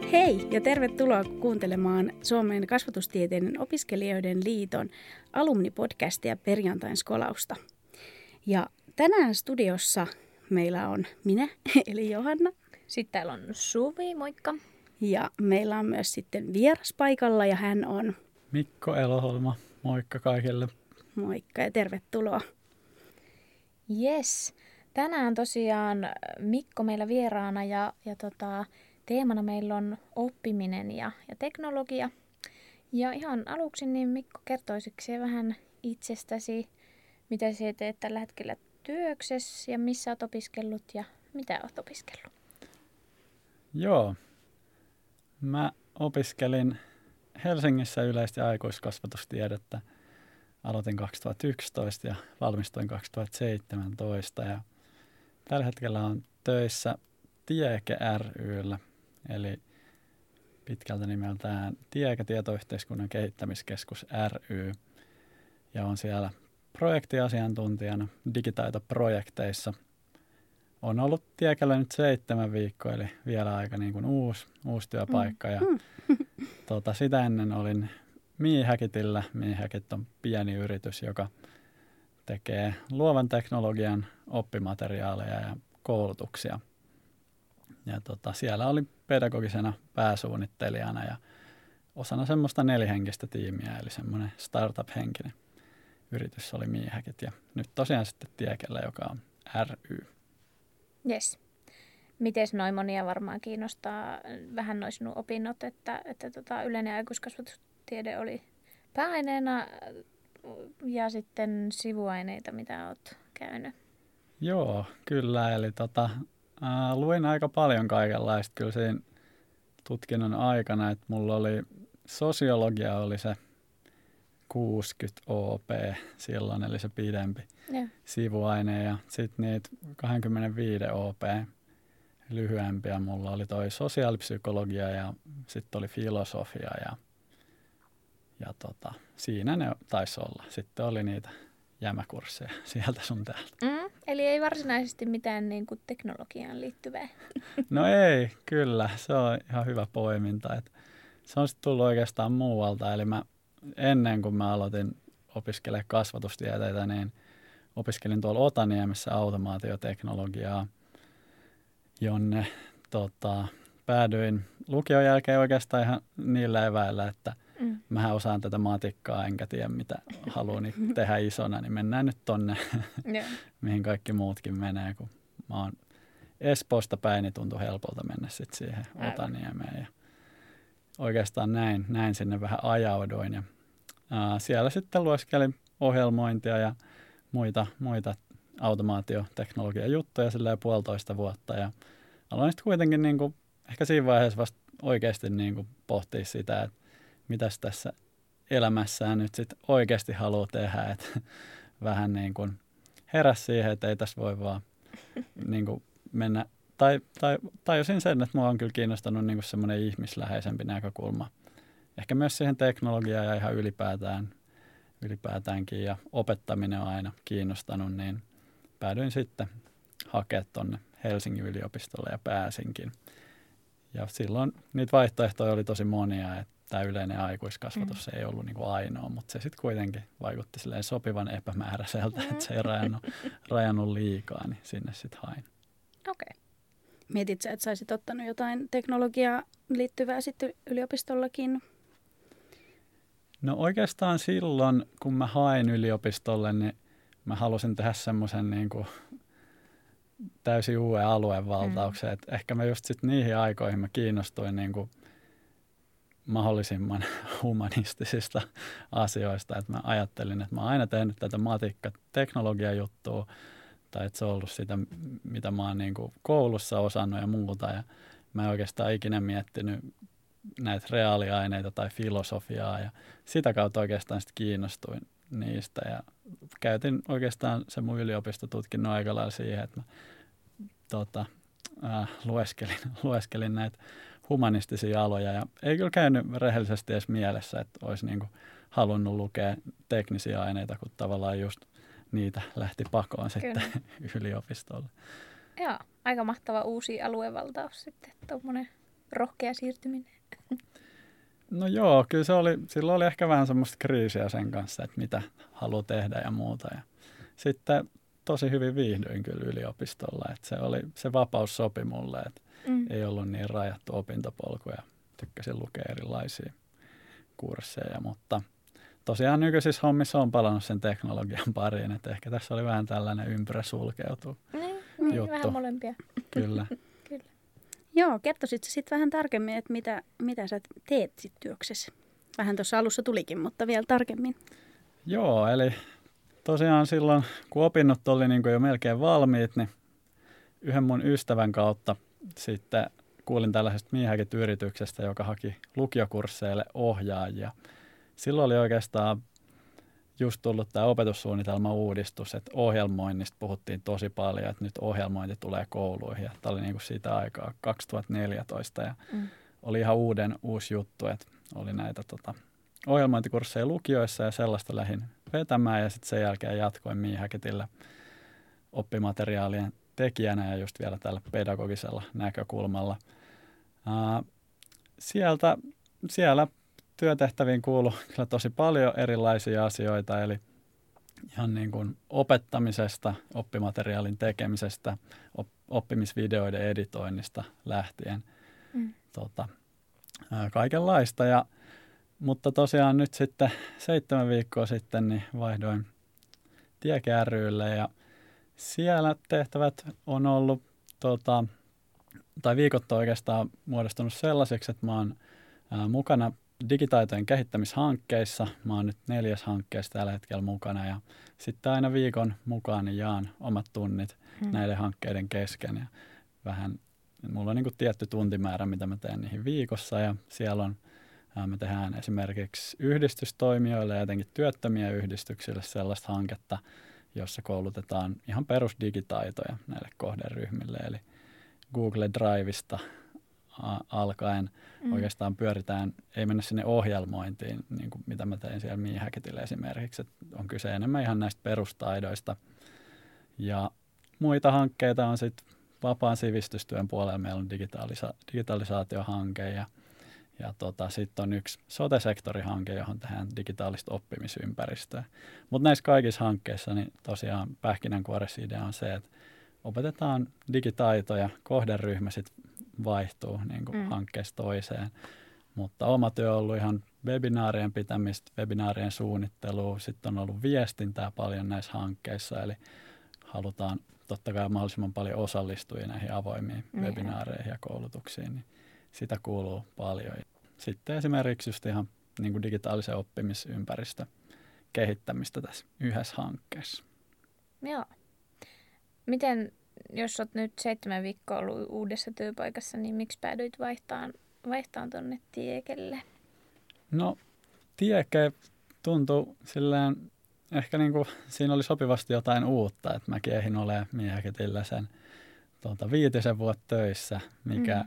Hei ja tervetuloa kuuntelemaan Suomen kasvatustieteiden opiskelijoiden liiton alumnipodcastia Perjantain skolausta. Ja tänään studiossa meillä on minä, eli Johanna. Sitten täällä on Suvi, moikka. Ja meillä on myös sitten vieras paikalla ja hän on Mikko Eloholma, moikka kaikille. Moikka ja tervetuloa. Yes, tänään tosiaan Mikko meillä vieraana ja teemana meillä on oppiminen ja teknologia. Ja ihan aluksi niin Mikko, kertoisitko vähän itsestäsi, mitä sinä teet tällä hetkellä työksessä ja missä olet opiskellut ja mitä olet opiskellut? Joo, mä opiskelin Helsingissä yleistä aikuiskasvatustiedettä. Aloitin 2011 ja valmistuin 2017 ja tällä hetkellä on töissä Tieke ry:llä, eli pitkältä nimeltään Tieke tietoyhteiskunnan kehittämiskeskus ry, ja on siellä projektiasiantuntijana digitaitoprojekteissa. On ollut Tiekellä nyt 7 viikkoa, eli vielä aika niin kuin uusi työpaikka. Ja sitä ennen olin MeHackitillä. MeHackit on pieni yritys, joka tekee luovan teknologian oppimateriaaleja ja koulutuksia. Ja siellä oli pedagogisena pääsuunnittelijana ja osana semmoista 4-henkistä tiimiä, eli semmoinen startup-henkinen yritys oli MeHackit. Ja nyt tosiaan sitten Tiekellä, joka on ry. Jes. Mites noin monia varmaan kiinnostaa vähän noin sinun opinnot, että yleinen aikuiskasvatustiede oli pääaineena ja sitten sivuaineita, mitä olet käynyt? Joo, kyllä. Eli luin aika paljon kaikenlaista kyllä siinä tutkinnon aikana, että mulla oli sosiologia oli se 60 OP silloin, eli se pidempi sivuaine, ja sitten niitä 25 OP lyhyempiä. Mulla oli toi sosiaalipsykologia ja sitten oli filosofia ja siinä ne taisi olla. Sitten oli niitä jämäkursseja sieltä sun täältä. Eli ei varsinaisesti mitään niin kuin teknologiaan liittyvää. No ei, kyllä. Se on ihan hyvä poiminta. Et se on sitten tullut oikeastaan muualta. Eli ennen kuin mä aloitin opiskelemaan kasvatustieteitä, niin opiskelin tuolla Otaniemessä automaatioteknologiaa, jonne päädyin lukion jälkeen oikeastaan ihan niillä eväillä, että mähän osaan tätä matikkaa enkä tiedä mitä haluan tehdä isona, niin mennään nyt tonne, mihin kaikki muutkin menee. Kun mä oon Espoosta päin, niin tuntui helpolta mennä sitten siihen Otaniemeen. Ja oikeastaan näin sinne vähän ajauduin. Ja, siellä sitten lueskelin ohjelmointia ja muita automaatioteknologian juttuja silleen 1,5 vuotta. Ja aloin sitten kuitenkin niin kuin, ehkä siinä vaiheessa vasta oikeasti niin kuin pohtia sitä, että mitäs tässä elämässään nyt sitten oikeasti haluaa tehdä. Että vähän niin kuin heräsi siihen, että ei tässä voi vaan niin kuin mennä. Tai tajusin sen, että mua on kyllä kiinnostanut niin kuin semmoinen ihmisläheisempi näkökulma. Ehkä myös siihen teknologiaan ja ihan ylipäätäänkin, ja opettaminen on aina kiinnostanut, niin päädyin sitten hakemaan tuonne Helsingin yliopistolle ja pääsinkin. Ja silloin niitä vaihtoehtoja oli tosi monia, että tämä yleinen aikuiskasvatus ei ollut niin kuin ainoa, mutta se sitten kuitenkin vaikutti silleen sopivan epämääräiseltä, että se ei rajannut liikaa, niin sinne sitten hain. Okei. Mietit sä, että saisit ottanut jotain teknologiaa liittyvää sitten yliopistollakin? No oikeastaan silloin, kun mä hain yliopistolle, niin mä halusin tehdä semmoisen niin kuin täysin uuden aluevaltauksen. Että ehkä mä just sitten niihin aikoihin mä kiinnostuin niin kuin mahdollisimman humanistisista asioista. Että mä ajattelin, että mä oon aina tehnyt tätä matikka-teknologia-juttua, tai että se on ollut sitä, mitä mä oon niin kuin koulussa osannut ja muuta. Ja mä en oikeastaan ikinä miettinyt näitä reaaliaineita tai filosofiaa, ja sitä kautta oikeastaan sitten kiinnostuin niistä. Ja käytin oikeastaan se mun yliopistotutkinnon aika lailla siihen, että mä lueskelin näitä humanistisia aloja. Ja ei kyllä käynyt rehellisesti edes mielessä, että olisi niin kuin halunnut lukea teknisiä aineita, kun tavallaan just niitä lähti pakoon sitten yliopistolle. Joo, aika mahtava uusi aluevaltaus sitten, tuommoinen rohkea siirtyminen? No joo, kyllä silloin oli ehkä vähän semmoista kriisiä sen kanssa, että mitä haluaa tehdä ja muuta. Ja sitten tosi hyvin viihdyin kyllä yliopistolla, että se vapaus sopi mulle, että ei ollut niin rajattu opintopolku ja tykkäsin lukea erilaisia kursseja, mutta tosiaan nykyisissä hommissa on palannut sen teknologian pariin, että ehkä tässä oli vähän tällainen ympyrä sulkeutuu juttu. Vähän molempia. Kyllä. Kyllä. Joo, kertoisitko sitten vähän tarkemmin, että mitä sä teet sit työksessä? Vähän tuossa alussa tulikin, mutta vielä tarkemmin. Joo, eli tosiaan silloin, kun opinnot oli niin kuin jo melkein valmiit, niin yhden mun ystävän kautta sitten kuulin tällaisesta MeHackit-yrityksestä, joka haki lukiokursseille ohjaajia. Silloin oli oikeastaan just tullut tämä opetussuunnitelma-uudistus, että ohjelmoinnista puhuttiin tosi paljon, että nyt ohjelmointi tulee kouluihin. Ja tämä oli niin kuin siitä aikaa 2014 ja oli ihan uusi juttu, että oli näitä ohjelmointikursseja lukioissa ja sellaista lähdin vetämään ja sitten sen jälkeen jatkoin MeHackitillä oppimateriaalien tekijänä ja just vielä tällä pedagogisella näkökulmalla. Siellä työtehtäviin kuului kyllä tosi paljon erilaisia asioita, eli ihan niin kuin opettamisesta, oppimateriaalin tekemisestä, oppimisvideoiden editoinnista lähtien kaikenlaista. Mutta tosiaan nyt sitten 7 viikkoa sitten niin vaihdoin Tieke ry:lle ja siellä tehtävät on ollut, tai viikot on oikeastaan muodostunut sellaisiksi, että mä oon mukana digitaitojen kehittämishankkeissa. Mä oon nyt 4. hankkeessa tällä hetkellä mukana ja sitten aina viikon mukaan niin jaan omat tunnit näiden hankkeiden kesken. Ja mulla on niin kuin tietty tuntimäärä, mitä mä teen niihin viikossa ja siellä on me tehdään esimerkiksi yhdistystoimijoille ja jotenkin työttömiä yhdistyksille sellaista hanketta, jossa koulutetaan ihan perusdigitaitoja näille kohderyhmille. Eli Google Driveista alkaen oikeastaan pyöritään, ei mennä sinne ohjelmointiin, niin kuin mitä mä tein siellä MeHackitille esimerkiksi. Että on kyse enemmän ihan näistä perustaidoista. Ja muita hankkeita on sitten vapaan sivistystyön puolella. Meillä on digitalisaatiohanke ja sitten on yksi sote-sektorihanke, johon tehdään digitaalista oppimisympäristöä. Mutta näissä kaikissa hankkeissa niin tosiaan pähkinänkuoressa idea on se, että opetetaan digitaitoja, kohderyhmä sitten vaihtuu niin kuin hankkeesta toiseen. Mutta oma työ on ollut ihan webinaarien pitämistä, webinaarien suunnittelua, sitten on ollut viestintää paljon näissä hankkeissa, eli halutaan totta kai mahdollisimman paljon osallistujia näihin avoimiin webinaareihin ja koulutuksiin, niin sitä kuuluu paljon. Sitten esimerkiksi just ihan niin kuin digitaalisen oppimisympäristön kehittämistä tässä yhdessä hankkeessa. Joo. Miten, jos olet nyt 7 viikkoa ollut uudessa työpaikassa, niin miksi päädyit vaihtamaan tuonne Tiekelle? No, Tieke tuntui silleen, ehkä niin kuin siinä oli sopivasti jotain uutta, että mäkin ehdin olemaan MeHackitillä sen 5 vuotta töissä, mikä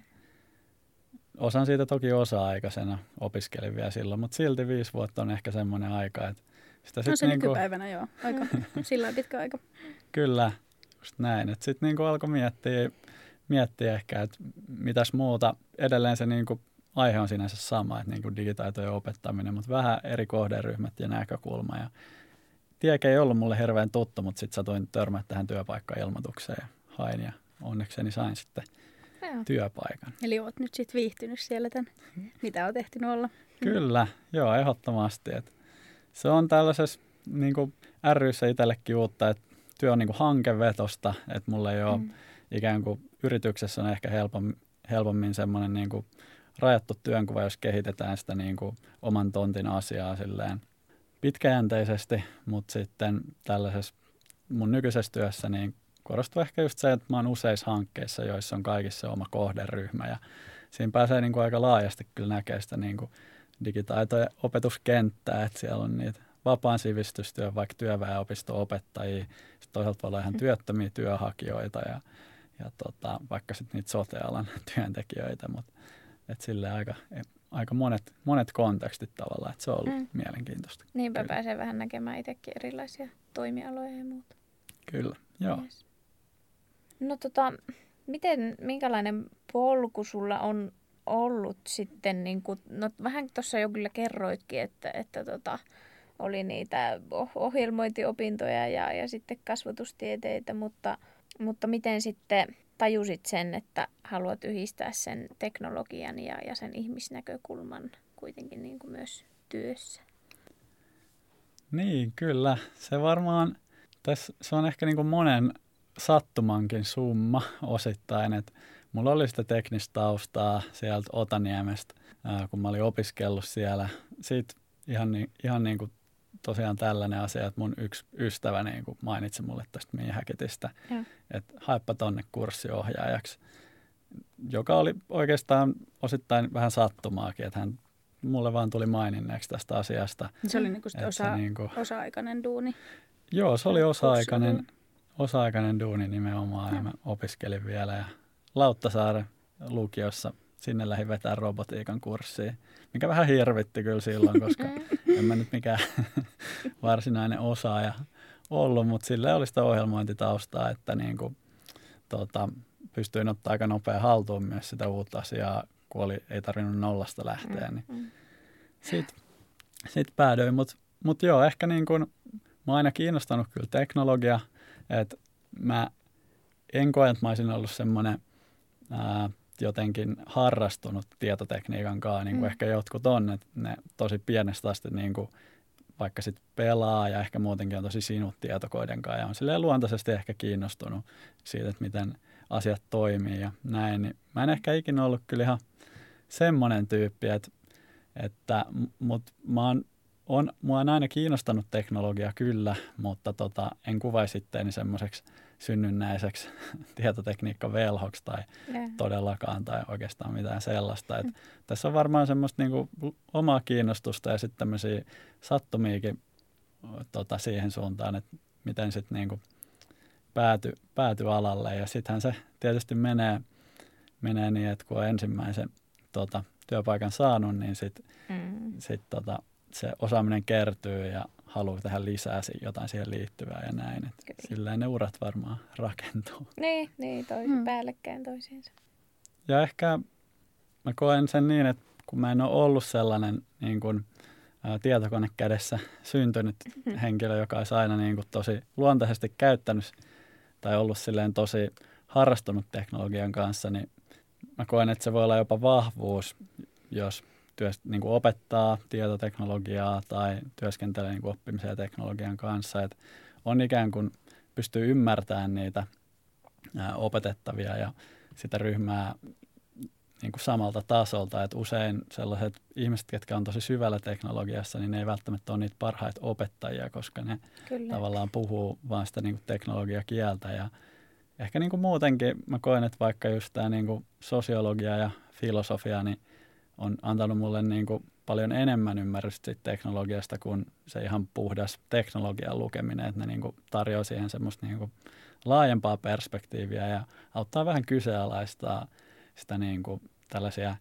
osan siitä toki osa-aikaisena opiskelin vielä silloin, mutta silti 5 vuotta on ehkä semmoinen aika, että sitä no se niinku, nykypäivänä joo, aika, sillä pitkä aika. Kyllä, just näin, että sitten niinku alkoi miettiä ehkä, että mitäs muuta, edelleen se niinku aihe on sinänsä sama, että niinku digitaitojen opettaminen, mutta vähän eri kohderyhmät ja näkökulma. Ja Tieke ei ollut mulle hirveän tuttu, mutta sitten satuin törmää tähän työpaikkailmoitukseen ja hain ja onnekseni sain sitten työpaikan. Eli olet nyt sitten viihtynyt siellä mitä olet ehtinyt olla? Kyllä, joo, ehdottomasti. Et se on tällaisessa niin kuin ry:ssä itsellekin uutta, että työ on niin kuin hankevetosta, että mulla ei ole ikään kuin yrityksessä on ehkä helpommin semmoinen niin kuin rajattu työnkuva, jos kehitetään sitä niin kuin oman tontin asiaa silleen pitkäjänteisesti, mutta sitten tällaisessa mun nykyisessä työssä niin korostuu ehkä just se, että mä oon useissa hankkeissa, joissa on kaikissa oma kohderyhmä ja siinä pääsee niin kuin aika laajasti kyllä näkemään sitä niin kuin digitaitojen opetuskenttää, että siellä on niitä vapaan sivistystyön, vaikka työväenopisto-opettajia, sitten toisaalta voi olla ihan työttömiä työhakijoita ja vaikka sitten niitä sote-alan työntekijöitä, mutta silleen aika monet kontekstit tavallaan, että se on ollut mielenkiintoista. Niinpä kyllä. Pääsee vähän näkemään itsekin erilaisia toimialoja ja muuta. Kyllä, joo. Yes. No minkälainen polku sulla on ollut sitten, niin kuin, no vähän tuossa jo kyllä kerroitkin, että oli niitä ohjelmointiopintoja ja sitten kasvatustieteitä, mutta miten sitten tajusit sen, että haluat yhdistää sen teknologian ja sen ihmisnäkökulman kuitenkin niin kuin myös työssä? Niin, kyllä. Se varmaan, se on ehkä niin kuin monen sattumankin summa osittain, että mulla oli sitä teknistä taustaa sieltä Otaniemestä, kun mä olin opiskellut siellä. Siitä ihan niin kuin tosiaan tällainen asia, että mun yksi ystävä niin kuin mainitsi mulle tästä Meehäketistä, että haepa tonne kurssiohjaajaksi, joka oli oikeastaan osittain vähän sattumaakin, että hän mulle vaan tuli maininneeksi tästä asiasta. Se oli osa-aikainen duuni. Joo, se oli osa-aikainen duuni nimenomaan ja mä opiskelin vielä ja Lauttasaaren lukiossa sinne lähdin vetämään robotiikan kurssia, mikä vähän hirvitti kyllä silloin, koska en mä nyt mikään varsinainen osaaja ollut, mutta sille oli sitä ohjelmointitaustaa, että niin pystyin ottaa aika nopea haltuun myös sitä uutta asiaa, kun ei tarvinnut nollasta lähteä. Niin Sitten päädyin, mutta joo, ehkä niin kuin, mä oon aina kiinnostanut kyllä teknologia, että mä en koe, että mä olisin ollut semmoinen jotenkin harrastunut tietotekniikan kanssa, niin kuin ehkä jotkut on, että ne tosi pienestä asti niin kuin vaikka sit pelaa ja ehkä muutenkin on tosi sinut tietokoiden kanssa ja on silleen luontaisesti ehkä kiinnostunut siitä, että miten asiat toimii ja näin, niin mä en ehkä ikinä ollut kyllä ihan semmoinen tyyppi, mutta mua on aina kiinnostanut teknologia kyllä, mutta en kuvaisi itseäni semmoiseksi synnynnäiseksi tietotekniikkavelhoksi tai todellakaan tai oikeastaan mitään sellaista. Tässä on varmaan semmoista niinku omaa kiinnostusta ja sitten tämmöisiä sattumiakin siihen suuntaan, että miten sitten niinku pääty alalle. Ja sittenhän se tietysti menee niin, että kun on ensimmäisen työpaikan saanut, niin sitten se osaaminen kertyy ja haluaa tehdä lisää jotain siihen liittyvää ja näin. Silleen ne urat varmaan rakentuu. Niin päällekkäin toisiinsa. Ja ehkä mä koen sen niin, että kun mä en ole ollut sellainen niin kuin, tietokone kädessä syntynyt henkilö, joka olisi aina niin kuin, tosi luontaisesti käyttänyt tai ollut silleen tosi harrastunut teknologian kanssa, niin mä koen, että se voi olla jopa vahvuus, jos niin kuin opettaa tietoteknologiaa tai työskentelee niin kuin oppimisen ja teknologian kanssa. Et on ikään kuin pystyy ymmärtämään niitä opetettavia ja sitä ryhmää niin kuin samalta tasolta. Et usein sellaiset ihmiset, ketkä on tosi syvällä teknologiassa, niin ne ei välttämättä ole niitä parhaita opettajia, koska ne tavallaan puhuu vaan sitä niin kuin teknologiakieltä. Ja ehkä niin kuin muutenkin mä koen, että vaikka just tämä niin kuin sosiologia ja filosofia, niin on antanut mulle niin kuin paljon enemmän ymmärrystä siitä teknologiasta kuin se ihan puhdas teknologian lukeminen, että ne niin kuin tarjoaa siihen semmoista niin kuin laajempaa perspektiiviä ja auttaa vähän kyseenalaistaa sitä niin kuin tällaisia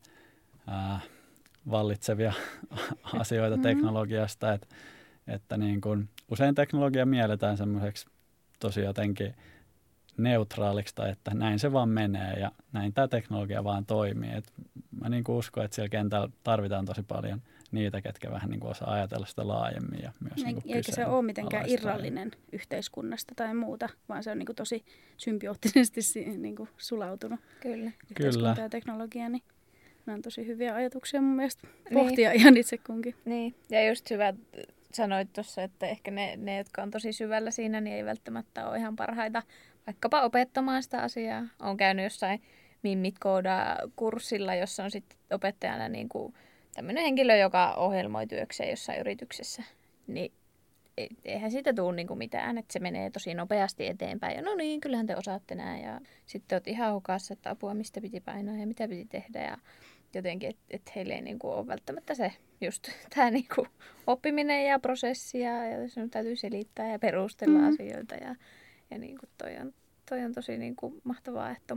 vallitsevia asioita teknologiasta, että niin kuin usein teknologia mielletään semmoiseksi tosi jotenkin neutraaliksi tai että näin se vaan menee ja näin tämä teknologia vaan toimii. Et mä niin kuin uskon, että siellä kentällä tarvitaan tosi paljon niitä, ketkä vähän niin kuin osaa ajatella sitä laajemmin ja myös niin kuin eikä se ole mitenkään irrallinen yhteiskunnasta tai muuta, vaan se on niin kuin tosi symbioottisesti niin kuin sulautunut yhteiskunta ja teknologia, niin nämä on tosi hyviä ajatuksia mun mielestä pohtia ihan itse kunkin. Niin, ja just hyvä sanoit tuossa, että ehkä ne, jotka on tosi syvällä siinä, niin ei välttämättä ole ihan parhaita vaikkapa opettamaan sitä asiaa. Olen käynyt jossain Mimmit koodaa -kurssilla, jossa on sitten opettajana niin kuin tämmöinen henkilö, joka ohjelmoi työkseen jossain yrityksessä. Niin eihän siitä tule niin kuin mitään, että se menee tosi nopeasti eteenpäin. Ja no niin, kyllähän te osaatte näin. Ja sitten olet ihan hukassa, että apua, mistä piti painaa ja mitä piti tehdä. Ja jotenkin, että heille ei niin kuin ole välttämättä se just tämä niin kuin oppiminen ja prosessi. Ja sinun täytyy selittää ja perustella asioita. Ja niin kuin toi on tosi niin kuin mahtavaa, että on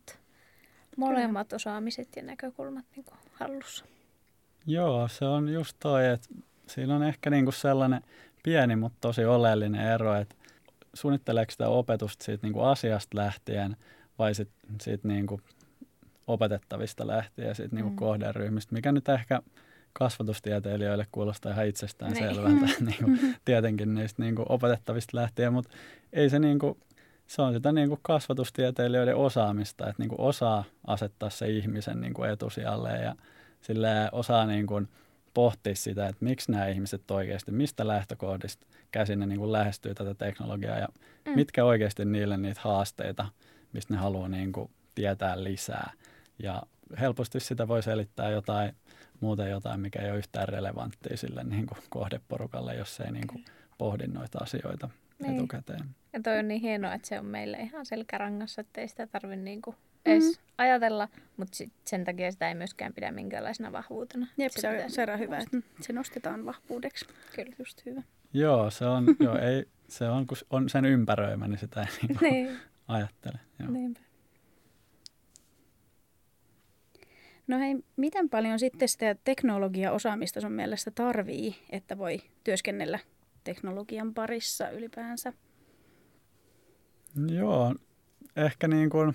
molemmat osaamiset ja näkökulmat niin kuin hallussa. Joo, se on just toi, että siinä on ehkä niin kuin sellainen pieni, mutta tosi oleellinen ero, että suunnitteleeko sitä opetusta siitä niin kuin asiasta lähtien vai siitä niin kuin opetettavista lähtien siitä niin kuin kohderyhmistä, mikä nyt ehkä kasvatustieteilijöille kuulostaa ihan itsestään selvältä, niin kuin, tietenkin niistä niin kuin opetettavista lähtien, mutta ei se niin kuin, se on sitä niin kuin kasvatustieteilijöiden osaamista, että niin kuin osaa asettaa se ihmisen niin kuin etusijalle ja silleen osaa niin kuin pohtia sitä, että miksi nämä ihmiset oikeasti, mistä lähtökohdista käsin ne niin kuin lähestyy tätä teknologiaa ja mitkä oikeasti niille niitä haasteita, mistä ne haluaa niin kuin tietää lisää. Ja helposti sitä voi selittää jotain, mikä ei ole yhtään relevanttia sille niin kuin kohdeporukalle, jos ei niin kuin pohdi noita asioita etukäteen. Ja toi on niin hienoa, että se on meille ihan selkärangassa, että ei sitä tarvitse niinku edes ajatella, mutta sen takia sitä ei myöskään pidä minkäänlaisena vahvuutena. Jep, se on hyvä, että se nostetaan vahvuudeksi. Kyllä, just hyvä. Joo, se on, kun on sen ympäröimä, niin sitä ei niin ajattele. Joo. Niinpä. No hei, miten paljon sitten sitä teknologiaosaamista sun mielestä tarvii, että voi työskennellä teknologian parissa ylipäänsä? Joo, ehkä niin kuin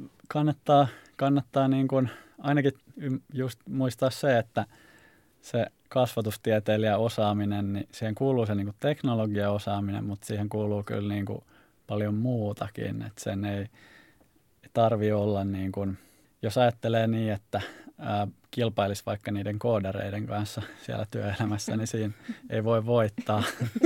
kannattaa niin kuin ainakin just muistaa se, että se kasvatustieteilijän osaaminen, niin siihen kuuluu se niin kuin teknologiaosaaminen, mutta siihen kuuluu kyllä niin kuin paljon muutakin, että sen ei tarvitse olla niin kuin, jos ajattelee niin, että kilpailisi vaikka niiden koodareiden kanssa siellä työelämässä, niin siinä ei voi voittaa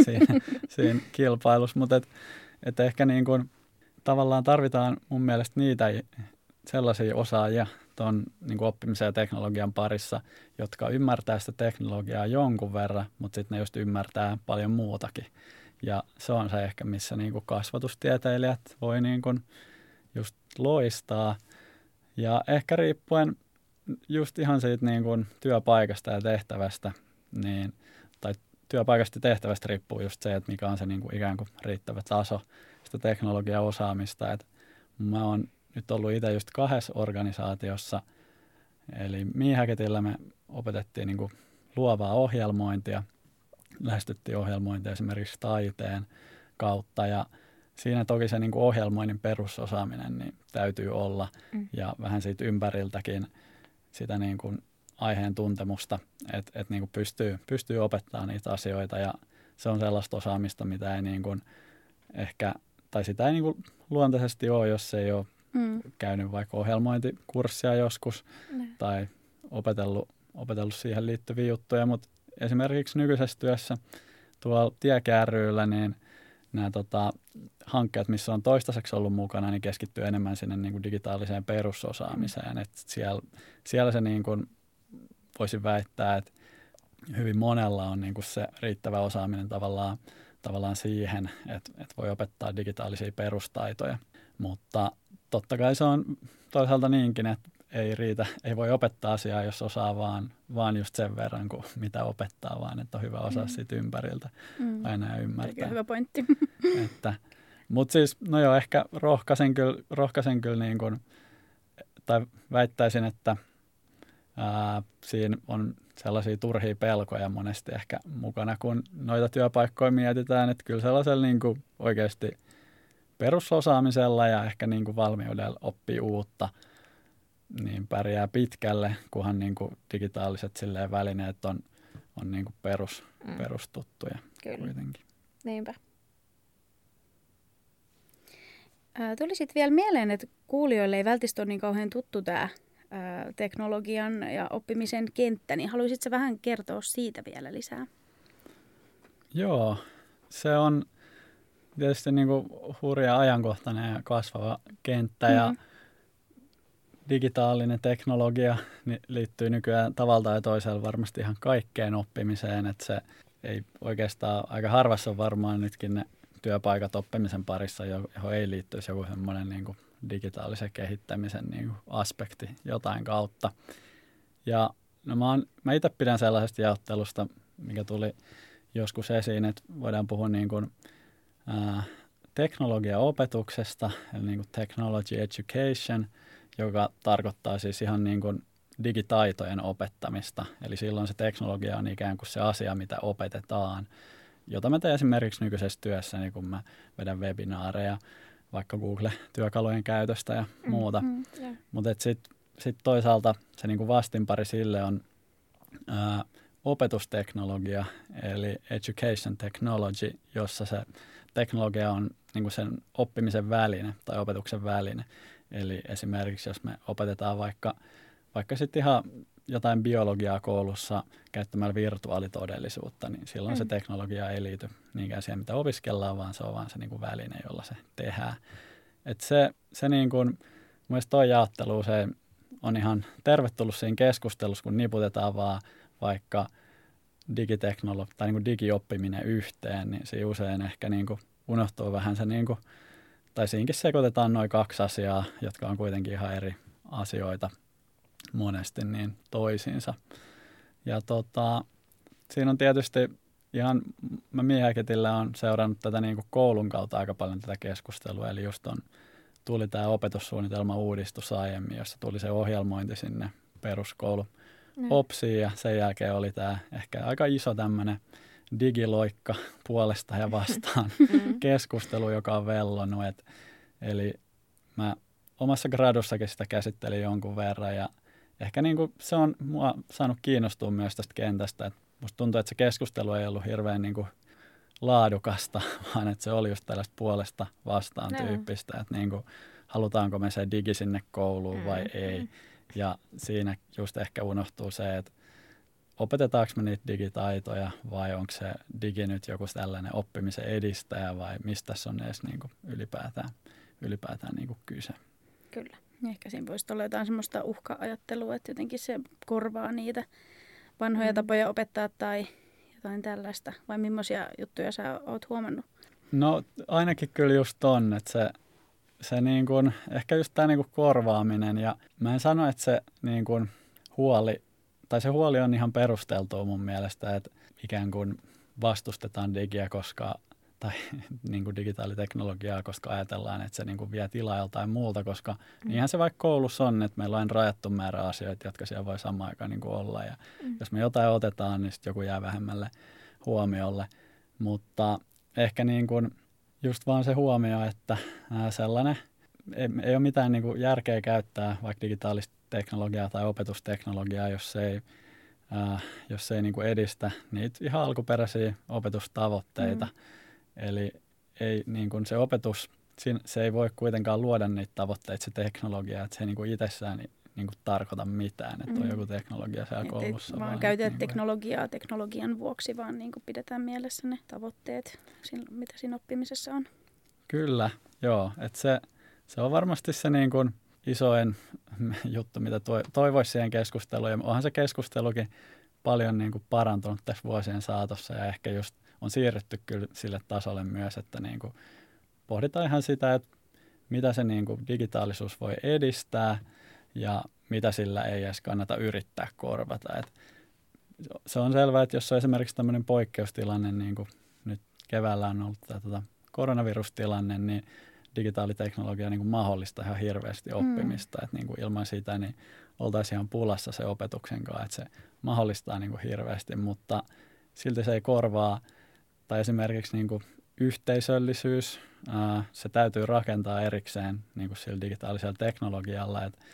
siinä kilpailussa, mutta et ehkä niin kuin, tavallaan tarvitaan mun mielestä niitä sellaisia osaajia tuon niin kuin oppimisen ja teknologian parissa, jotka ymmärtää sitä teknologiaa jonkun verran, mutta sitten ne just ymmärtää paljon muutakin. Ja se on se ehkä, missä niin kuin kasvatustieteilijät voi niin kuin just loistaa. Ja ehkä riippuen just ihan siitä niin kuin työpaikasta ja tehtävästä, niin, tai työpaikasta ja tehtävästä riippuu just se, että mikä on se niin kuin ikään kuin riittävä taso sitä teknologiaosaamista. Et mä oon nyt ollut itse just 2 organisaatiossa, eli MeHacketillä me opetettiin niin kuin luovaa ohjelmointia, lähestyttiin ohjelmointia esimerkiksi taiteen kautta ja siinä toki se niin kuin ohjelmoinnin perusosaaminen niin täytyy olla ja vähän siitä ympäriltäkin sitä niin kuin aiheen tuntemusta, että niin kuin pystyy opettamaan niitä asioita ja se on sellaista osaamista, mitä ei niin kuin ehkä, tai sitä ei niin kuin luontaisesti ole, jos ei ole käynyt vaikka ohjelmointikurssia joskus tai opetellut siihen liittyviä juttuja, mutta esimerkiksi nykyisessä työssä tuolla Tiekääryillä, niin nämä hankkeet, missä on toistaiseksi ollut mukana, niin keskittyy enemmän sinne niin kuin digitaaliseen perusosaamiseen. Et siellä se niin kuin voisin väittää, että hyvin monella on niin kuin se riittävä osaaminen tavallaan siihen, että voi opettaa digitaalisia perustaitoja. Mutta totta kai se on toisaalta niinkin, että ei riitä, ei voi opettaa asiaa, jos osaa vaan just sen verran, kuin mitä opettaa, vaan että on hyvä osaa siitä ympäriltä aina ja ymmärtää. Hyvä pointti. Mutta siis, no joo, ehkä rohkaisen kyllä niin kuin, tai väittäisin, että siinä on sellaisia turhia pelkoja monesti ehkä mukana, kun noita työpaikkoja mietitään, että kyllä sellaisella niin kuin oikeasti perusosaamisella ja ehkä niin kuin valmiudella oppii uutta, niin pärjää pitkälle, kunhan niin kuin digitaaliset silleen välineet on niin kuin perustuttuja kuitenkin. Niinpä. Tuli sitten vielä mieleen, että kuulijoille ei välttämättä ole niin kauhean tuttu tämä teknologian ja oppimisen kenttä, niin haluaisitko vähän kertoa siitä vielä lisää? Joo, se on tietysti niin kuin hurja ajankohtainen ja kasvava kenttä ja digitaalinen teknologia liittyy nykyään tavalla tai toisella varmasti ihan kaikkeen oppimiseen, että se ei oikeastaan, aika harvassa on varmaan nytkin ne työpaikat oppimisen parissa, johon ei liittyisi joku semmoinen niin kuin digitaalisen kehittämisen niin kuin aspekti jotain kautta. Ja no mä itse pidän sellaisesta jaottelusta, mikä tuli joskus esiin, että voidaan puhua niin kuin, teknologiaopetuksesta, eli niin kuin technology education, joka tarkoittaa siis ihan niin kuin digitaitojen opettamista. Eli silloin se teknologia on ikään kuin se asia, mitä opetetaan, jota mä teen esimerkiksi nykyisessä työssä, niin kun mä vedän webinaareja, vaikka Google-työkalujen käytöstä ja muuta. Mutta sitten sitten toisaalta se niin kuin vastinpari sille on opetusteknologia, eli education technology, jossa se teknologia on niin kuin sen oppimisen väline tai opetuksen väline. Eli esimerkiksi jos me opetetaan vaikka sitten ihan jotain biologiaa koulussa käyttämällä virtuaalitodellisuutta, niin silloin se teknologia ei liity niinkään siihen, mitä opiskellaan, vaan se on vaan se niin kuin väline, jolla se tehdään. Et se niin kuin, mun mielestä toi jaottelu, se on ihan tervetullut siinä keskustelussa, kun niputetaan vaan vaikka digiteknologia tai niin kuin digioppiminen yhteen, niin siinä usein ehkä niin kuin unohtuu vähän se, niin kuin, tai siinäkin sekoitetaan noin kaksi asiaa, jotka on kuitenkin ihan eri asioita monesti niin toisiinsa. Ja siinä on tietysti ihan, mä Miehäketillä on seurannut tätä niin kuin koulun kautta aika paljon tätä keskustelua, eli just tuli tämä opetussuunnitelma uudistus aiemmin, jossa tuli se ohjelmointi sinne peruskoulu OPSiin ja sen jälkeen oli tämä ehkä aika iso tämmöinen digiloikka puolesta ja vastaan keskustelu, joka on vellonut. Eli mä omassa gradussakin sitä käsittelin jonkun verran ja ehkä niin kuin se on mua saanut kiinnostua myös tästä kentästä. Et musta tuntuu, että se keskustelu ei ollut hirveän niin kuin laadukasta, vaan että se oli just tällaista puolesta vastaan tyyppistä, että niin kuin, halutaanko me se digi sinne kouluun vai ei. Ja siinä just ehkä unohtuu se, että opetetaanko me niitä digitaitoja vai onko se digi nyt joku tällainen oppimisen edistäjä vai mistä tässä on edes niin kuin ylipäätään niin kuin kyse. Kyllä. Ehkä siinä voisi olla jotain semmoista uhka-ajattelua, että jotenkin se korvaa niitä vanhoja tapoja opettaa tai jotain tällaista. Vai millaisia juttuja sä oot huomannut? No ainakin kyllä just on, että se niin kuin, ehkä just tämä niin kuin korvaaminen ja mä en sano, että se niin kuin se huoli on ihan perusteltua mun mielestä, että ikään kuin vastustetaan digiä tai niin kuin digitaaliteknologiaa, koska ajatellaan, että se niin kuin vie tilaa joltain muulta, koska niinhän se vaikka koulussa on, että meillä on rajattu määrä asioita, jotka siellä voi samaan aikaan niin kuin olla ja jos me jotain otetaan, niin sitten joku jää vähemmälle huomiolle, mutta ehkä niin kuin just vaan se huomio, että sellainen ei ole mitään niin kuin järkeä käyttää vaikka digitaalista teknologiaa tai opetusteknologiaa, jos se ei niin kuin edistä niitä ihan alkuperäisiä opetustavoitteita. Eli ei, niin kuin se opetus, se ei voi kuitenkaan luoda niitä tavoitteita, se teknologia, että se ei niin kuin itsessään niin kuin tarkoita mitään, että on joku teknologia siellä koulussa. Vaan käytetään teknologiaa teknologian vuoksi, vaan niin kuin pidetään mielessä ne tavoitteet, mitä siinä oppimisessa on. Kyllä, joo. Että se on varmasti se niin kuin isoin juttu, mitä toivoisi siihen keskusteluun. Ja onhan se keskustelukin paljon niin kuin parantunut tässä vuosien saatossa ja ehkä just on siirrytty kyllä sille tasolle myös, että niin kuin pohditaan ihan sitä, että mitä se niin kuin digitaalisuus voi edistää ja mitä sillä ei edes kannata yrittää korvata. Et se on selvää, että jos on esimerkiksi tämmöinen poikkeustilanne, niin kuin nyt keväällä on ollut tämä koronavirustilanne, niin digitaaliteknologia niin kuin mahdollistaa ihan hirveästi oppimista. Että niin kuin ilman sitä niin oltaisiin ihan pulassa se opetuksen kanssa, että se mahdollistaa niin kuin hirveästi, mutta silti se ei korvaa. Tai esimerkiksi niin kuin yhteisöllisyys, se täytyy rakentaa erikseen niin kuin sillä digitaalisella teknologialla. Että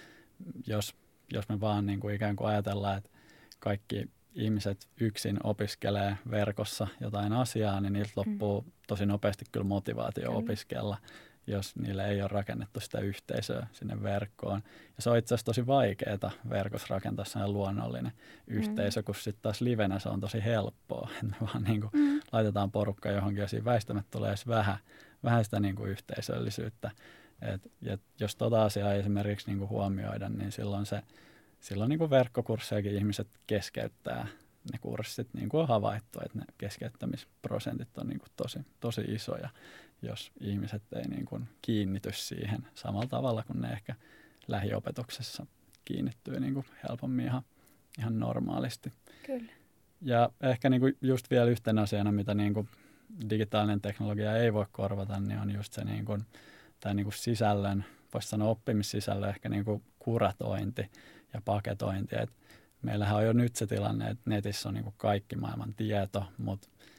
jos me vaan niin kuin ikään kuin ajatellaan, että kaikki ihmiset yksin opiskelee verkossa jotain asiaa, niin niiltä loppuu tosi nopeasti kyllä motivaatio opiskella, jos niille ei ole rakennettu sitä yhteisöä sinne verkkoon. Ja se on itse asiassa tosi vaikeaa verkossa rakentaa sellainen luonnollinen yhteisö, kun sitten taas livenä se on tosi helppoa. Että me vaan niin kuin laitetaan porukka johonkin ja siinä väistämättä tulee edes vähän sitä niin kuin yhteisöllisyyttä. Ja jos tota asiaa ei esimerkiksi niin kuin huomioida, niin silloin niin kuin verkkokurssejakin ihmiset keskeyttää ne kurssit, niin kuin on havaittu, että ne keskeyttämisprosentit on niin kuin tosi isoja, jos ihmiset ei niin kuin kiinnity siihen samalla tavalla kuin ne ehkä lähiopetuksessa kiinnittyy niin kuin helpommin ihan normaalisti. Kyllä. Ja ehkä niin kuin just vielä yhtenä asiana, mitä niin kuin digitaalinen teknologia ei voi korvata, niin on just se niin kuin, tai niin kuin sisällön, voisi sanoa oppimissisällön ehkä niin kuin kuratointi ja paketointi. Et meillähän on jo nyt se tilanne, että netissä on niin kuin kaikki maailman tieto, mutta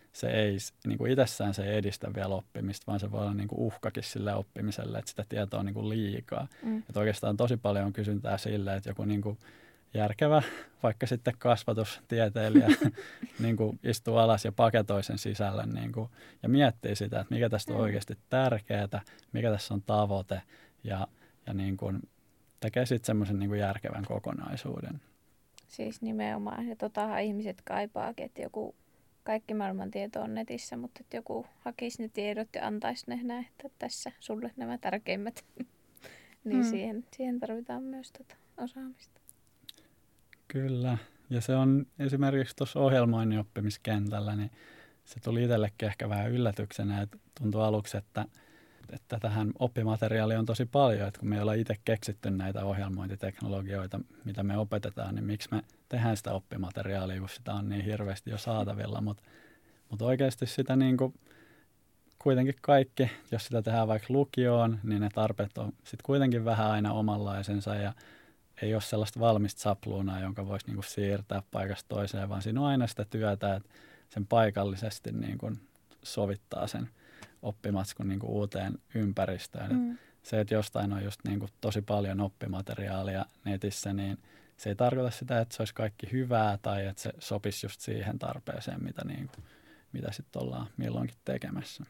se ei niin kuin itsessään se ei edistä vielä oppimista, vaan se voi olla niin kuin uhkakin sille oppimiselle, että sitä tietoa on niin kuin liikaa. Että oikeastaan tosi paljon on kysyntää sille, että joku niin kuin järkevä, vaikka sitten kasvatustieteilijä niin kuin istuu alas ja paketoi sen sisällön niin kuin, ja miettii sitä, että mikä tästä on oikeasti tärkeää, mikä tässä on tavoite ja niin kuin tekee sitten semmoisen niin kuin järkevän kokonaisuuden. Siis nimenomaan. Ja totahan ihmiset kaipaakin, että joku kaikki maailman tieto on netissä, mutta että joku hakisi ne tiedot ja antaisi ne näin, että tässä sulle nämä tärkeimmät. Niin siihen tarvitaan myös osaamista. Kyllä. Ja se on esimerkiksi tuossa ohjelmoinnin oppimiskentällä, niin se tuli itsellekin ehkä vähän yllätyksenä, että tuntui aluksi, että tähän oppimateriaalia on tosi paljon, että kun me ei olla itse keksitty näitä ohjelmointiteknologioita, mitä me opetetaan, niin miksi me tehdään sitä oppimateriaalia, kun sitä on niin hirveästi jo saatavilla, mutta oikeasti sitä niin kuin kuitenkin kaikki, jos sitä tehdään vaikka lukioon, niin ne tarpeet on sitten kuitenkin vähän aina omanlaisensa ja ei ole sellaista valmista sapluunaa, jonka voisi niin kuin siirtää paikasta toiseen, vaan siinä on aina sitä työtä, että sen paikallisesti niin kuin sovittaa sen oppimatskun niin kuin uuteen ympäristöön. Se, että jostain on just niin kuin tosi paljon oppimateriaalia netissä, niin se ei tarkoita sitä, että se olisi kaikki hyvää tai että se sopisi just siihen tarpeeseen, mitä sitten ollaan milloinkin tekemässä.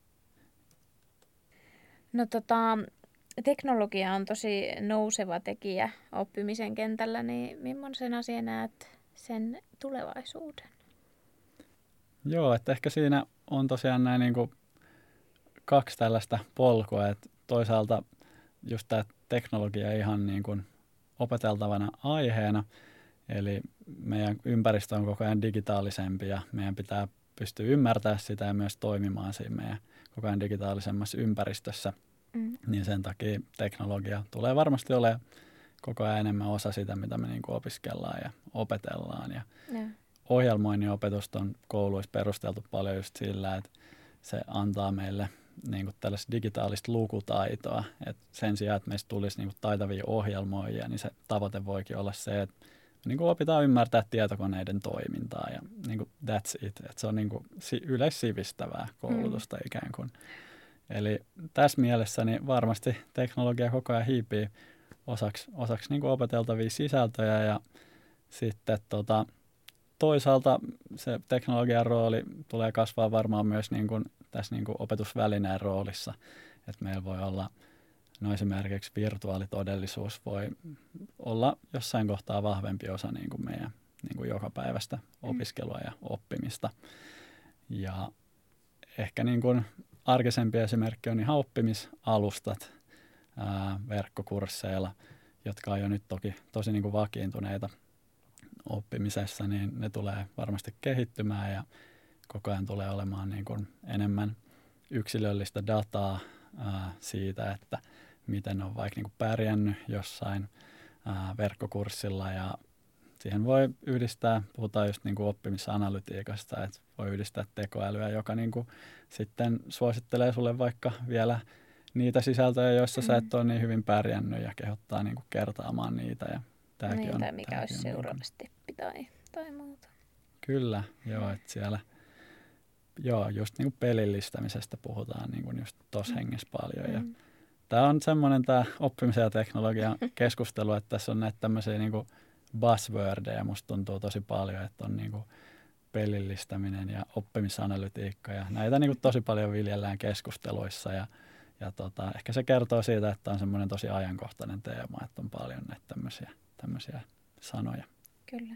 No teknologia on tosi nouseva tekijä oppimisen kentällä, niin millaisen asian näet sen tulevaisuuden? Joo, että ehkä siinä on tosiaan näin niin kuin kaksi tällaista polkua, että toisaalta just tämä teknologia ihan niin kuin opeteltavana aiheena, eli meidän ympäristö on koko ajan digitaalisempi ja meidän pitää pystyä ymmärtämään sitä ja myös toimimaan siinä meidän koko ajan digitaalisemmassa ympäristössä, niin sen takia teknologia tulee varmasti olemaan koko ajan enemmän osa sitä, mitä me niin kuin opiskellaan ja opetellaan. Ja ohjelmoinnin opetusta on kouluissa perusteltu paljon just sillä, että se antaa meille niin kuin tällaista digitaalista lukutaitoa. Et sen sijaan, että meistä tulisi niin kuin taitavia ohjelmoijia, niin se tavoite voikin olla se, että niin kuin opitaan ymmärtää tietokoneiden toimintaa ja niin kuin that's it. Et se on niin kuin yleissivistävää koulutusta ikään kuin. Eli tässä mielessä niin varmasti teknologia koko ajan hiipii osaksi niin kuin opeteltavia sisältöjä ja sitten toisaalta se teknologian rooli tulee kasvaa varmaan myös niin kuin tässä niin kuin opetusvälineen roolissa, että meillä voi olla esimerkiksi virtuaalitodellisuus voi olla jossain kohtaa vahvempi osa niin kuin meidän niin kuin jokapäiväistä opiskelua ja oppimista. Ja ehkä niin kuin arkaisempi esimerkki on ihan oppimisalustat verkkokursseilla, jotka on jo nyt tosi niin kuin vakiintuneita oppimisessa, niin ne tulee varmasti kehittymään ja koko ajan tulee olemaan niin kuin enemmän yksilöllistä dataa siitä, että miten on vaikka niin kuin pärjännyt jossain verkkokurssilla ja siihen voi yhdistää, puhutaan just niin kuin oppimisanalytiikasta, että voi yhdistää tekoälyä, joka niin kuin sitten suosittelee sulle vaikka vielä niitä sisältöjä, joissa sä et ole niin hyvin pärjännyt ja kehottaa niin kuin kertaamaan niitä. Ja niin, tai mikä olisi seuraava steppi tai muuta. Kyllä, joo, että siellä just niin kuin pelillistämisestä puhutaan niin kuin just tuossa hengessä paljon. Ja tämä on semmoinen tämä oppimisen ja teknologian keskustelu, että tässä on näitä tämmöisiä niin kuin buzzwordeja, musta tuntuu tosi paljon, että on niin kuin pelillistäminen ja oppimisanalytiikka ja näitä niin kuin tosi paljon viljellään keskusteluissa ja ehkä se kertoo siitä, että on semmoinen tosi ajankohtainen teema, että on paljon näitä tämmöisiä sanoja. Kyllä.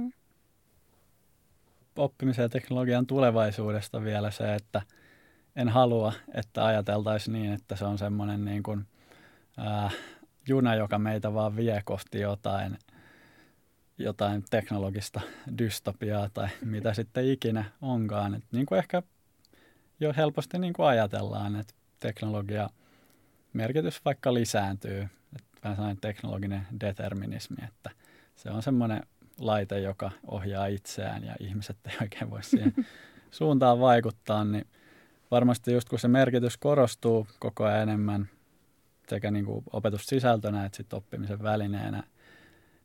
Oppimisen ja teknologian tulevaisuudesta vielä se, että en halua, että ajateltaisiin niin, että se on semmoinen niin kuin, juna, joka meitä vaan vie kohti jotain teknologista dystopiaa tai mitä sitten ikinä onkaan. Et niin kuin ehkä jo helposti niin kuin ajatellaan, että teknologia merkitys vaikka lisääntyy. Vähän sellainen teknologinen determinismi, että se on semmoinen laite, joka ohjaa itseään ja ihmiset ei oikein voi siihen suuntaan vaikuttaa, niin varmasti just kun se merkitys korostuu koko ajan enemmän sekä niin kuin opetussisältönä että sitten oppimisen välineenä,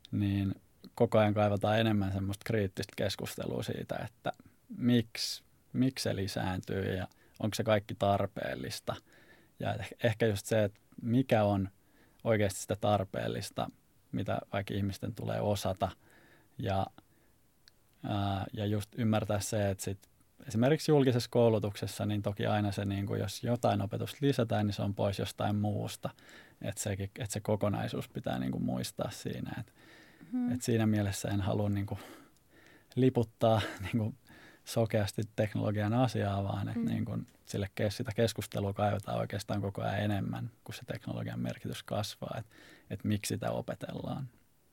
miksi miksi se lisääntyy ja onko se kaikki tarpeellista. Ja ehkä just se, että mikä on oikeasti sitä tarpeellista, mitä vaikka ihmisten tulee osata. Ja just ymmärtää se, että sit esimerkiksi julkisessa koulutuksessa, niin toki aina se, niin kuin jos jotain opetusta lisätään, niin se on pois jostain muusta. Että se kokonaisuus pitää niin kuin muistaa siinä. Että siinä mielessä en halua niin kuin liputtaa niin kuin sokeasti teknologian asiaa, vaan että niin kuin sitä keskustelua kaivataan oikeastaan koko ajan enemmän, kun se teknologian merkitys kasvaa, että miksi sitä opetellaan.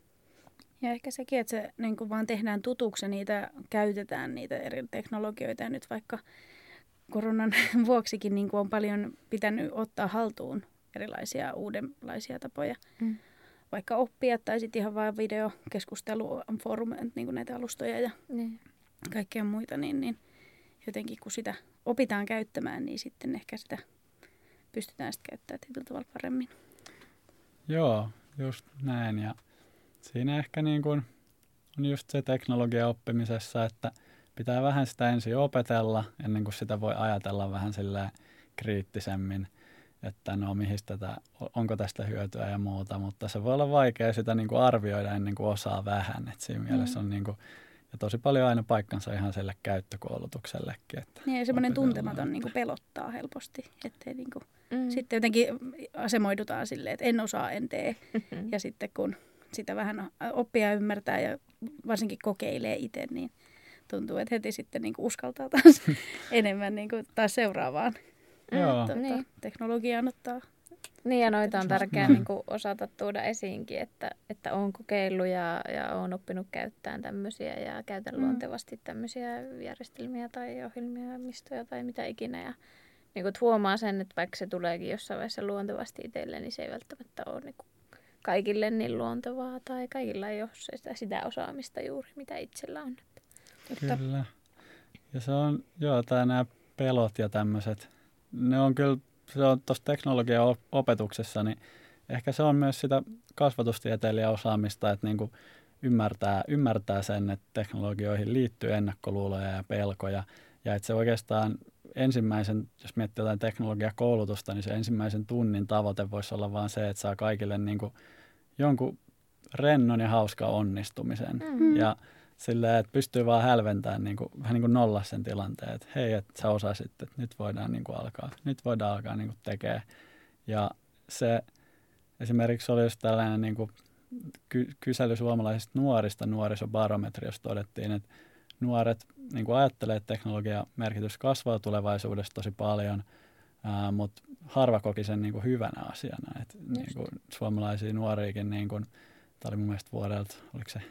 Ja ehkä sekin, että se niin kuin vaan tehdään tutuksi ja käytetään niitä eri teknologioita. Ja nyt vaikka koronan vuoksikin niin kuin on paljon pitänyt ottaa haltuun erilaisia uudenlaisia tapoja. Vaikka oppia tai sitten ihan vain videokeskustelu, niin kuin näitä alustoja ja kaikkea muita. Niin jotenkin kun sitä opitaan käyttämään, niin sitten ehkä sitä pystytään sitten käyttämään tietyllä tavalla paremmin. Joo, just näin. Ja siinä ehkä niin kuin on just se teknologia oppimisessa, että pitää vähän sitä ensin opetella, ennen kuin sitä voi ajatella vähän silleen kriittisemmin, että no onko tästä hyötyä ja muuta, mutta se voi olla vaikea sitä niin kuin arvioida ennen kuin osaa vähän. Et siinä mielessä on niin kuin, ja tosi paljon aina paikkansa ihan sille käyttökoulutuksellekin. Että niin, ja semmoinen tuntematon niin kuin pelottaa helposti, ettei niin kuin, sitten jotenkin asemoidutaan silleen, että en osaa, en tee. Ja sitten kun sitä vähän oppia ja ymmärtää ja varsinkin kokeilee itse, niin tuntuu, että heti sitten niin kuin uskaltaa taas enemmän niin kuin taas seuraavaan teknologiaan ottaa. Niin ja noita on tärkeää niin kuin osata tuoda esiinkin, että olen kokeillut ja olen oppinut käyttämään tämmöisiä ja käytän luontevasti tämmöisiä järjestelmiä tai ohjelmistoja tai mitä ikinä. Ja niin kuin huomaa sen, että vaikka se tuleekin jossain vaiheessa luontevasti itselle, niin se ei välttämättä ole niin kuin kaikille niin luontevaa tai kaikilla ei ole sitä osaamista juuri, mitä itsellä on. Kyllä. Ja se on, nämä pelot ja tämmöiset, ne on kyllä, se on tuossa teknologian opetuksessa, niin ehkä se on myös sitä kasvatustieteilijän osaamista, että niin kuin ymmärtää sen, että teknologioihin liittyy ennakkoluuloja ja pelkoja, ja että se oikeastaan jos miettii jotain teknologiakoulutusta, niin se ensimmäisen tunnin tavoite voisi olla vaan se, että saa kaikille niin kuin jonkun rennon ja hauskan onnistumisen. Ja silleen, että pystyy vaan hälventämään vähän niin kuin nolla sen tilanteen, että hei, että sä osasit, että nyt voidaan alkaa niin kuin tekemään. Ja se esimerkiksi oli just tällainen niin kuin kysely suomalaisista nuorista nuorisobarometri, jossa todettiin, että nuoret niin kuin ajattelee, että teknologian merkitys kasvaa tulevaisuudessa tosi paljon, mutta harva koki sen niin kuin hyvänä asiana. Et, niin kuin suomalaisia nuoriakin, niin kuin, tämä oli mun mielestä vuodelta, oliko se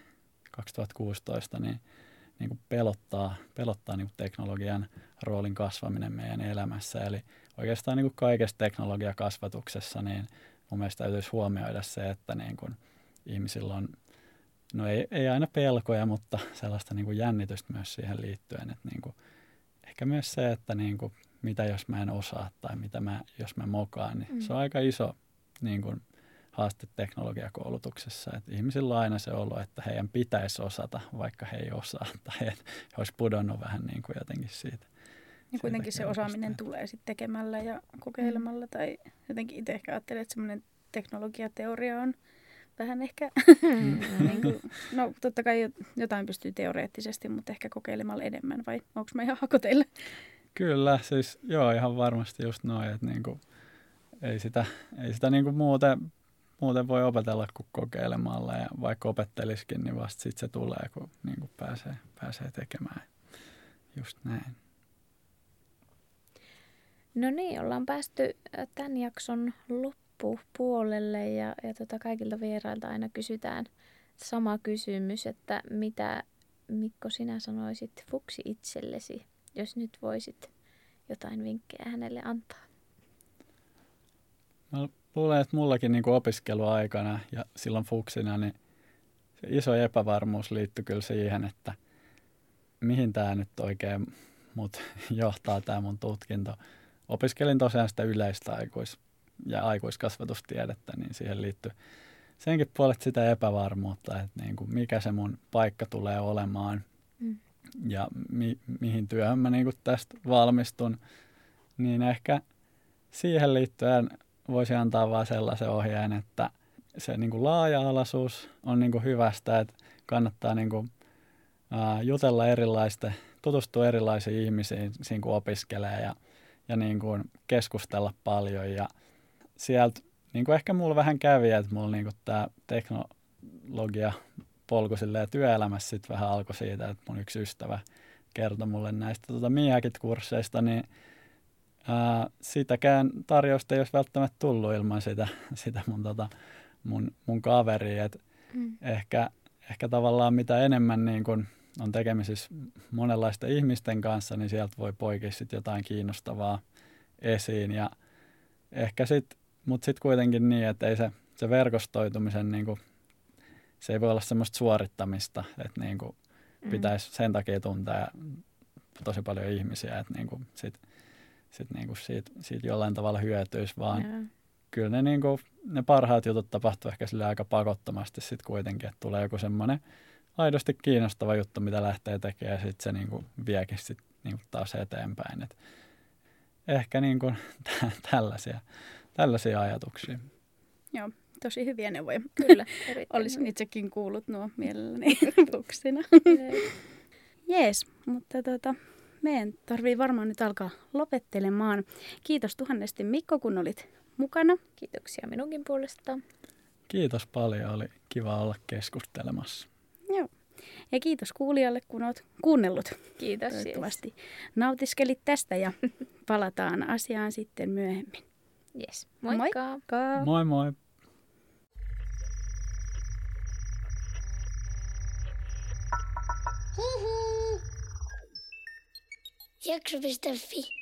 2016, niin kuin pelottaa niin kuin teknologian roolin kasvaminen meidän elämässä. Eli oikeastaan niin kuin kaikessa teknologiakasvatuksessa niin mun mielestä täytyisi huomioida se, että niin kuin ihmisillä on no ei aina pelkoja, mutta sellaista niin kuin jännitystä myös siihen liittyen. Että niin kuin, ehkä myös se, että niin kuin, mitä jos mä en osaa tai jos mä mokaan, niin se on aika iso niin kuin, haaste teknologiakoulutuksessa. Että ihmisillä on aina se olo, että heidän pitäisi osata, vaikka he ei osaa tai että he olisi pudonnut vähän niin kuin jotenkin siitä. Ja kuitenkin se osaaminen tulee sitten tekemällä ja kokeilemalla. Tai jotenkin itse ehkä ajattelen, että semmoinen teknologiateoria on vähän ehkä, niin kuin, no totta kai jotain pystyy teoreettisesti, mutta ehkä kokeilemalla enemmän, vai onko mä ihan hakoteilla? Kyllä, siis ihan varmasti just noin, että niin kuin, ei sitä niin kuin muuten voi opetella kuin kokeilemalla, ja vaikka opettelisikin, niin vasta sitten se tulee, kun niin kuin pääsee tekemään. Just näin. No niin, ollaan päästy tämän jakson loppupuolelle ja kaikilta vierailta aina kysytään sama kysymys, että mitä Mikko sinä sanoisit fuksi itsellesi, jos nyt voisit jotain vinkkejä hänelle antaa? Mä luulen, että mullakin niin kuin opiskeluaikana ja silloin fuksina, niin se iso epävarmuus liittyy kyllä siihen, että mihin tämä nyt oikein mut johtaa tämä mun tutkinto. Opiskelin tosiaan sitä yleistä ja aikuiskasvatustiedettä, niin siihen liittyy senkin puolesta sitä epävarmuutta, että niin kuin mikä se mun paikka tulee olemaan. ja mihin työhön mä niin kuin tästä valmistun, niin ehkä siihen liittyen voisi antaa vaan sellaisen ohjeen, että se niin kuin laaja-alaisuus on niin kuin hyvästä, että kannattaa niin kuin, jutella tutustua erilaisiin ihmisiin siinä kun opiskelee ja niin kuin keskustella paljon. Ja sieltä niin kuin ehkä mulla vähän kävi, että mulla niin kuin tämä teknologia polku työelämässä sitten vähän alkoi siitä, että mun yksi ystävä kertoi mulle näistä Miyagi-kursseista, niin sitäkään tarjousta ei olisi välttämättä tullut ilman sitä mun kaveria. Ehkä tavallaan mitä enemmän niin kun on tekemisissä monenlaisten ihmisten kanssa, niin sieltä voi poikia sit jotain kiinnostavaa esiin. Ja ehkä mutta sitten kuitenkin niin, että ei se verkostoitumisen, niin kun, se ei voi olla semmoista suorittamista, että niin kun pitäisi sen takia tuntea tosi paljon ihmisiä, että niin kun niin siitä jollain tavalla hyötyisi, vaan kyllä ne parhaat jutut tapahtuu ehkä sille aika pakottomasti sitten kuitenkin, että tulee joku semmoinen aidosti kiinnostava juttu, mitä lähtee tekemään ja sitten se niin kuin viekin sit niin kuin taas eteenpäin. Et ehkä niin kuin tällaisia ajatuksia. Joo, tosi hyviä neuvoja. Kyllä, olisin itsekin kuullut nuo mielelläni buksina. Jees, mutta meidän tarvii varmaan nyt alkaa lopettelemaan. Kiitos tuhannesti Mikko, kun olit mukana. Kiitoksia minunkin puolesta. Kiitos paljon, oli kiva olla keskustelemassa. Joo. Ja kiitos kuulijalle, kun olet kuunnellut. Kiitos. Toivottavasti nautiskelit tästä ja palataan asiaan sitten myöhemmin. Yes. Moikka. Moikka. Moi moi. Jakso.fi